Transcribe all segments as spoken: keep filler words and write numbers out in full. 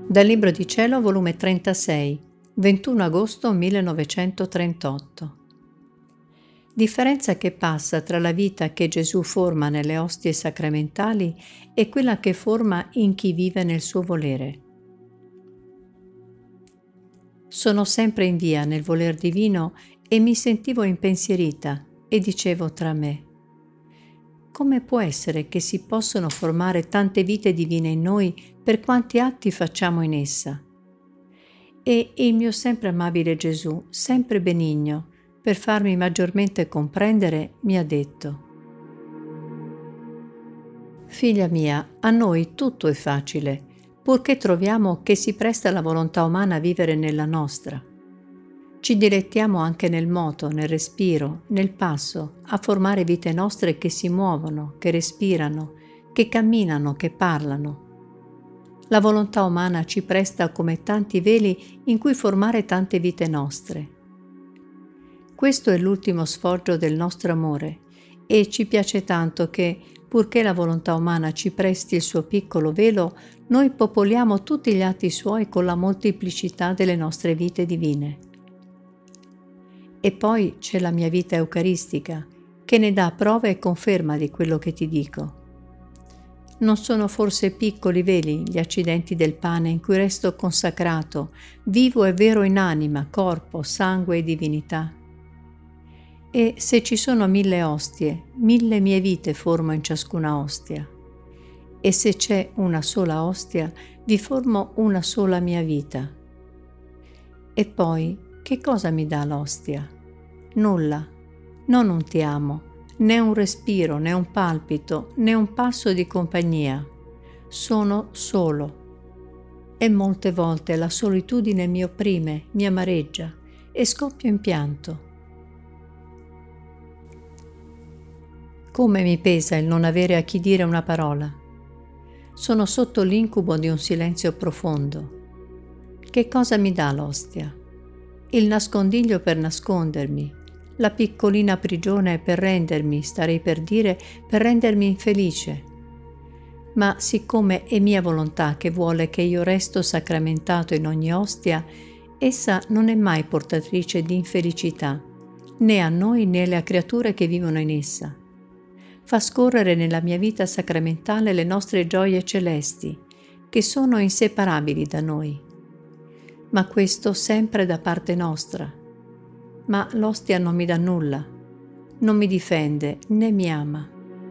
Dal Libro di Cielo, volume trentasei, ventuno agosto millenovecentotrentotto. Differenza che passa tra la vita che Gesù forma nelle ostie sacramentali e quella che forma in chi vive nel suo volere. Sono sempre in via nel voler divino e mi sentivo impensierita e dicevo tra me: come può essere che si possono formare tante vite divine in noi per quanti atti facciamo in essa? E il mio sempre amabile Gesù, sempre benigno, per farmi maggiormente comprendere, mi ha detto: figlia mia, a noi tutto è facile, purché troviamo che si presta la volontà umana a vivere nella nostra. Ci dilettiamo anche nel moto, nel respiro, nel passo, a formare vite nostre che si muovono, che respirano, che camminano, che parlano. La volontà umana ci presta come tanti veli in cui formare tante vite nostre. Questo è l'ultimo sfoggio del nostro amore e ci piace tanto che, purché la volontà umana ci presti il suo piccolo velo, noi popoliamo tutti gli atti suoi con la molteplicità delle nostre vite divine. E poi c'è la mia vita eucaristica, che ne dà prova e conferma di quello che ti dico. Non sono forse piccoli veli gli accidenti del pane in cui resto consacrato, vivo e vero in anima, corpo, sangue e divinità? E se ci sono mille ostie, mille mie vite formo in ciascuna ostia. E se c'è una sola ostia, vi formo una sola mia vita. E poi, che cosa mi dà l'ostia? Nulla, non un ti amo, né un respiro, né un palpito, né un passo di compagnia. Sono solo. E molte volte la solitudine mi opprime, mi amareggia e scoppio in pianto. Come mi pesa il non avere a chi dire una parola. Sono sotto l'incubo di un silenzio profondo. Che cosa mi dà l'ostia? Il nascondiglio per nascondermi, la piccolina prigione per rendermi, starei per dire, per rendermi infelice. Ma siccome è mia volontà che vuole che io resto sacramentato in ogni ostia, essa non è mai portatrice di infelicità, né a noi né alle creature che vivono in essa. Fa scorrere nella mia vita sacramentale le nostre gioie celesti, che sono inseparabili da noi. Ma questo sempre da parte nostra. Ma l'ostia non mi dà nulla, non mi difende né mi ama.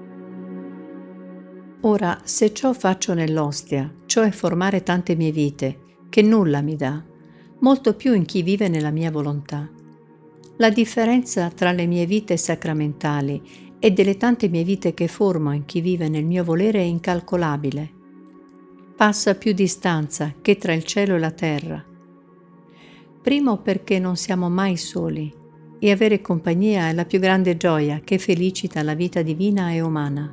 Ora, se ciò faccio nell'ostia, ciò è formare tante mie vite, che nulla mi dà, molto più in chi vive nella mia volontà. La differenza tra le mie vite sacramentali e delle tante mie vite che formo in chi vive nel mio volere è incalcolabile. Passa più distanza che tra il cielo e la terra. Primo perché non siamo mai soli e avere compagnia è la più grande gioia che felicita la vita divina e umana.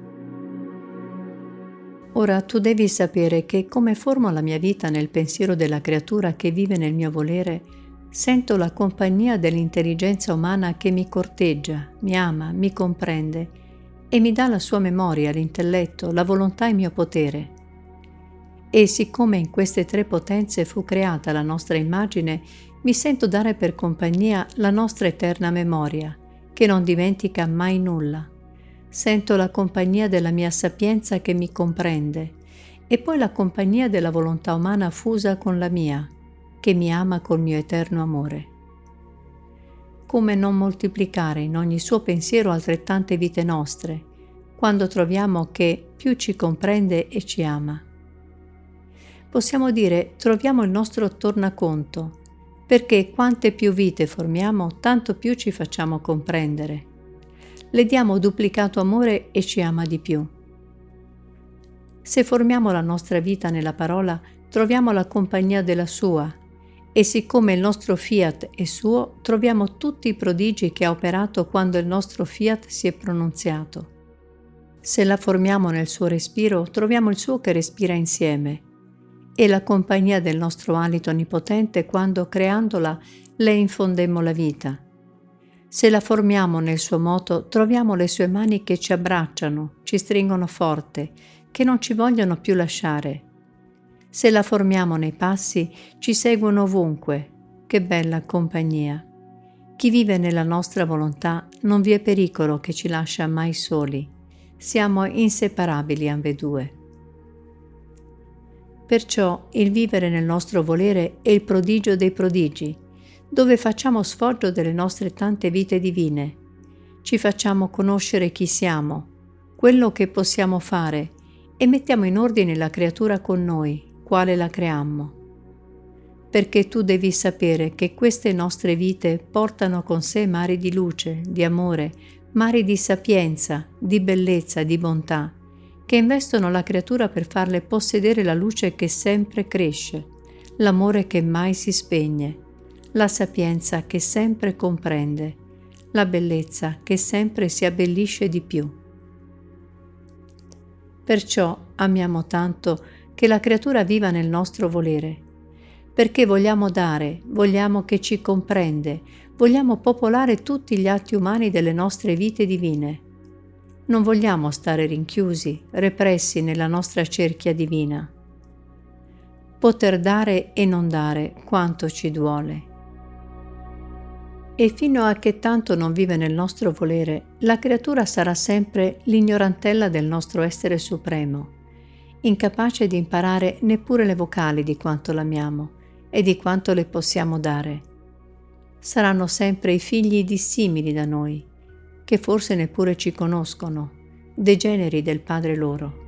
Ora tu devi sapere che come formo la mia vita nel pensiero della creatura che vive nel mio volere, sento la compagnia dell'intelligenza umana che mi corteggia, mi ama, mi comprende e mi dà la sua memoria, l'intelletto, la volontà e il mio potere. E siccome in queste tre potenze fu creata la nostra immagine, mi sento dare per compagnia la nostra eterna memoria, che non dimentica mai nulla. Sento la compagnia della mia sapienza che mi comprende, e poi la compagnia della volontà umana fusa con la mia, che mi ama col mio eterno amore. Come non moltiplicare in ogni suo pensiero altrettante vite nostre, quando troviamo che più ci comprende e ci ama? Possiamo dire troviamo il nostro tornaconto, perché quante più vite formiamo, tanto più ci facciamo comprendere. Le diamo duplicato amore e ci ama di più. Se formiamo la nostra vita nella parola, troviamo la compagnia della sua, e siccome il nostro fiat è suo, troviamo tutti i prodigi che ha operato quando il nostro fiat si è pronunziato. Se la formiamo nel suo respiro, troviamo il suo che respira insieme, e la compagnia del nostro alito onnipotente quando, creandola, le infondemmo la vita. Se la formiamo nel suo moto, troviamo le sue mani che ci abbracciano, ci stringono forte, che non ci vogliono più lasciare. Se la formiamo nei passi, ci seguono ovunque. Che bella compagnia! Chi vive nella nostra volontà non vi è pericolo che ci lascia mai soli. Siamo inseparabili ambedue. Perciò il vivere nel nostro volere è il prodigio dei prodigi, dove facciamo sfoggio delle nostre tante vite divine. Ci facciamo conoscere chi siamo, quello che possiamo fare e mettiamo in ordine la creatura con noi, quale la creammo. Perché tu devi sapere che queste nostre vite portano con sé mari di luce, di amore, mari di sapienza, di bellezza, di bontà, che investono la creatura per farle possedere la luce che sempre cresce, l'amore che mai si spegne, la sapienza che sempre comprende, la bellezza che sempre si abbellisce di più. Perciò amiamo tanto che la creatura viva nel nostro volere, perché vogliamo dare, vogliamo che ci comprende, vogliamo popolare tutti gli atti umani delle nostre vite divine. Non vogliamo stare rinchiusi, repressi nella nostra cerchia divina. Poter dare e non dare quanto ci duole. E fino a che tanto non vive nel nostro volere, la creatura sarà sempre l'ignorantella del nostro essere supremo, incapace di imparare neppure le vocali di quanto l'amiamo e di quanto le possiamo dare. Saranno sempre i figli dissimili da noi, che forse neppure ci conoscono, degeneri del Padre loro.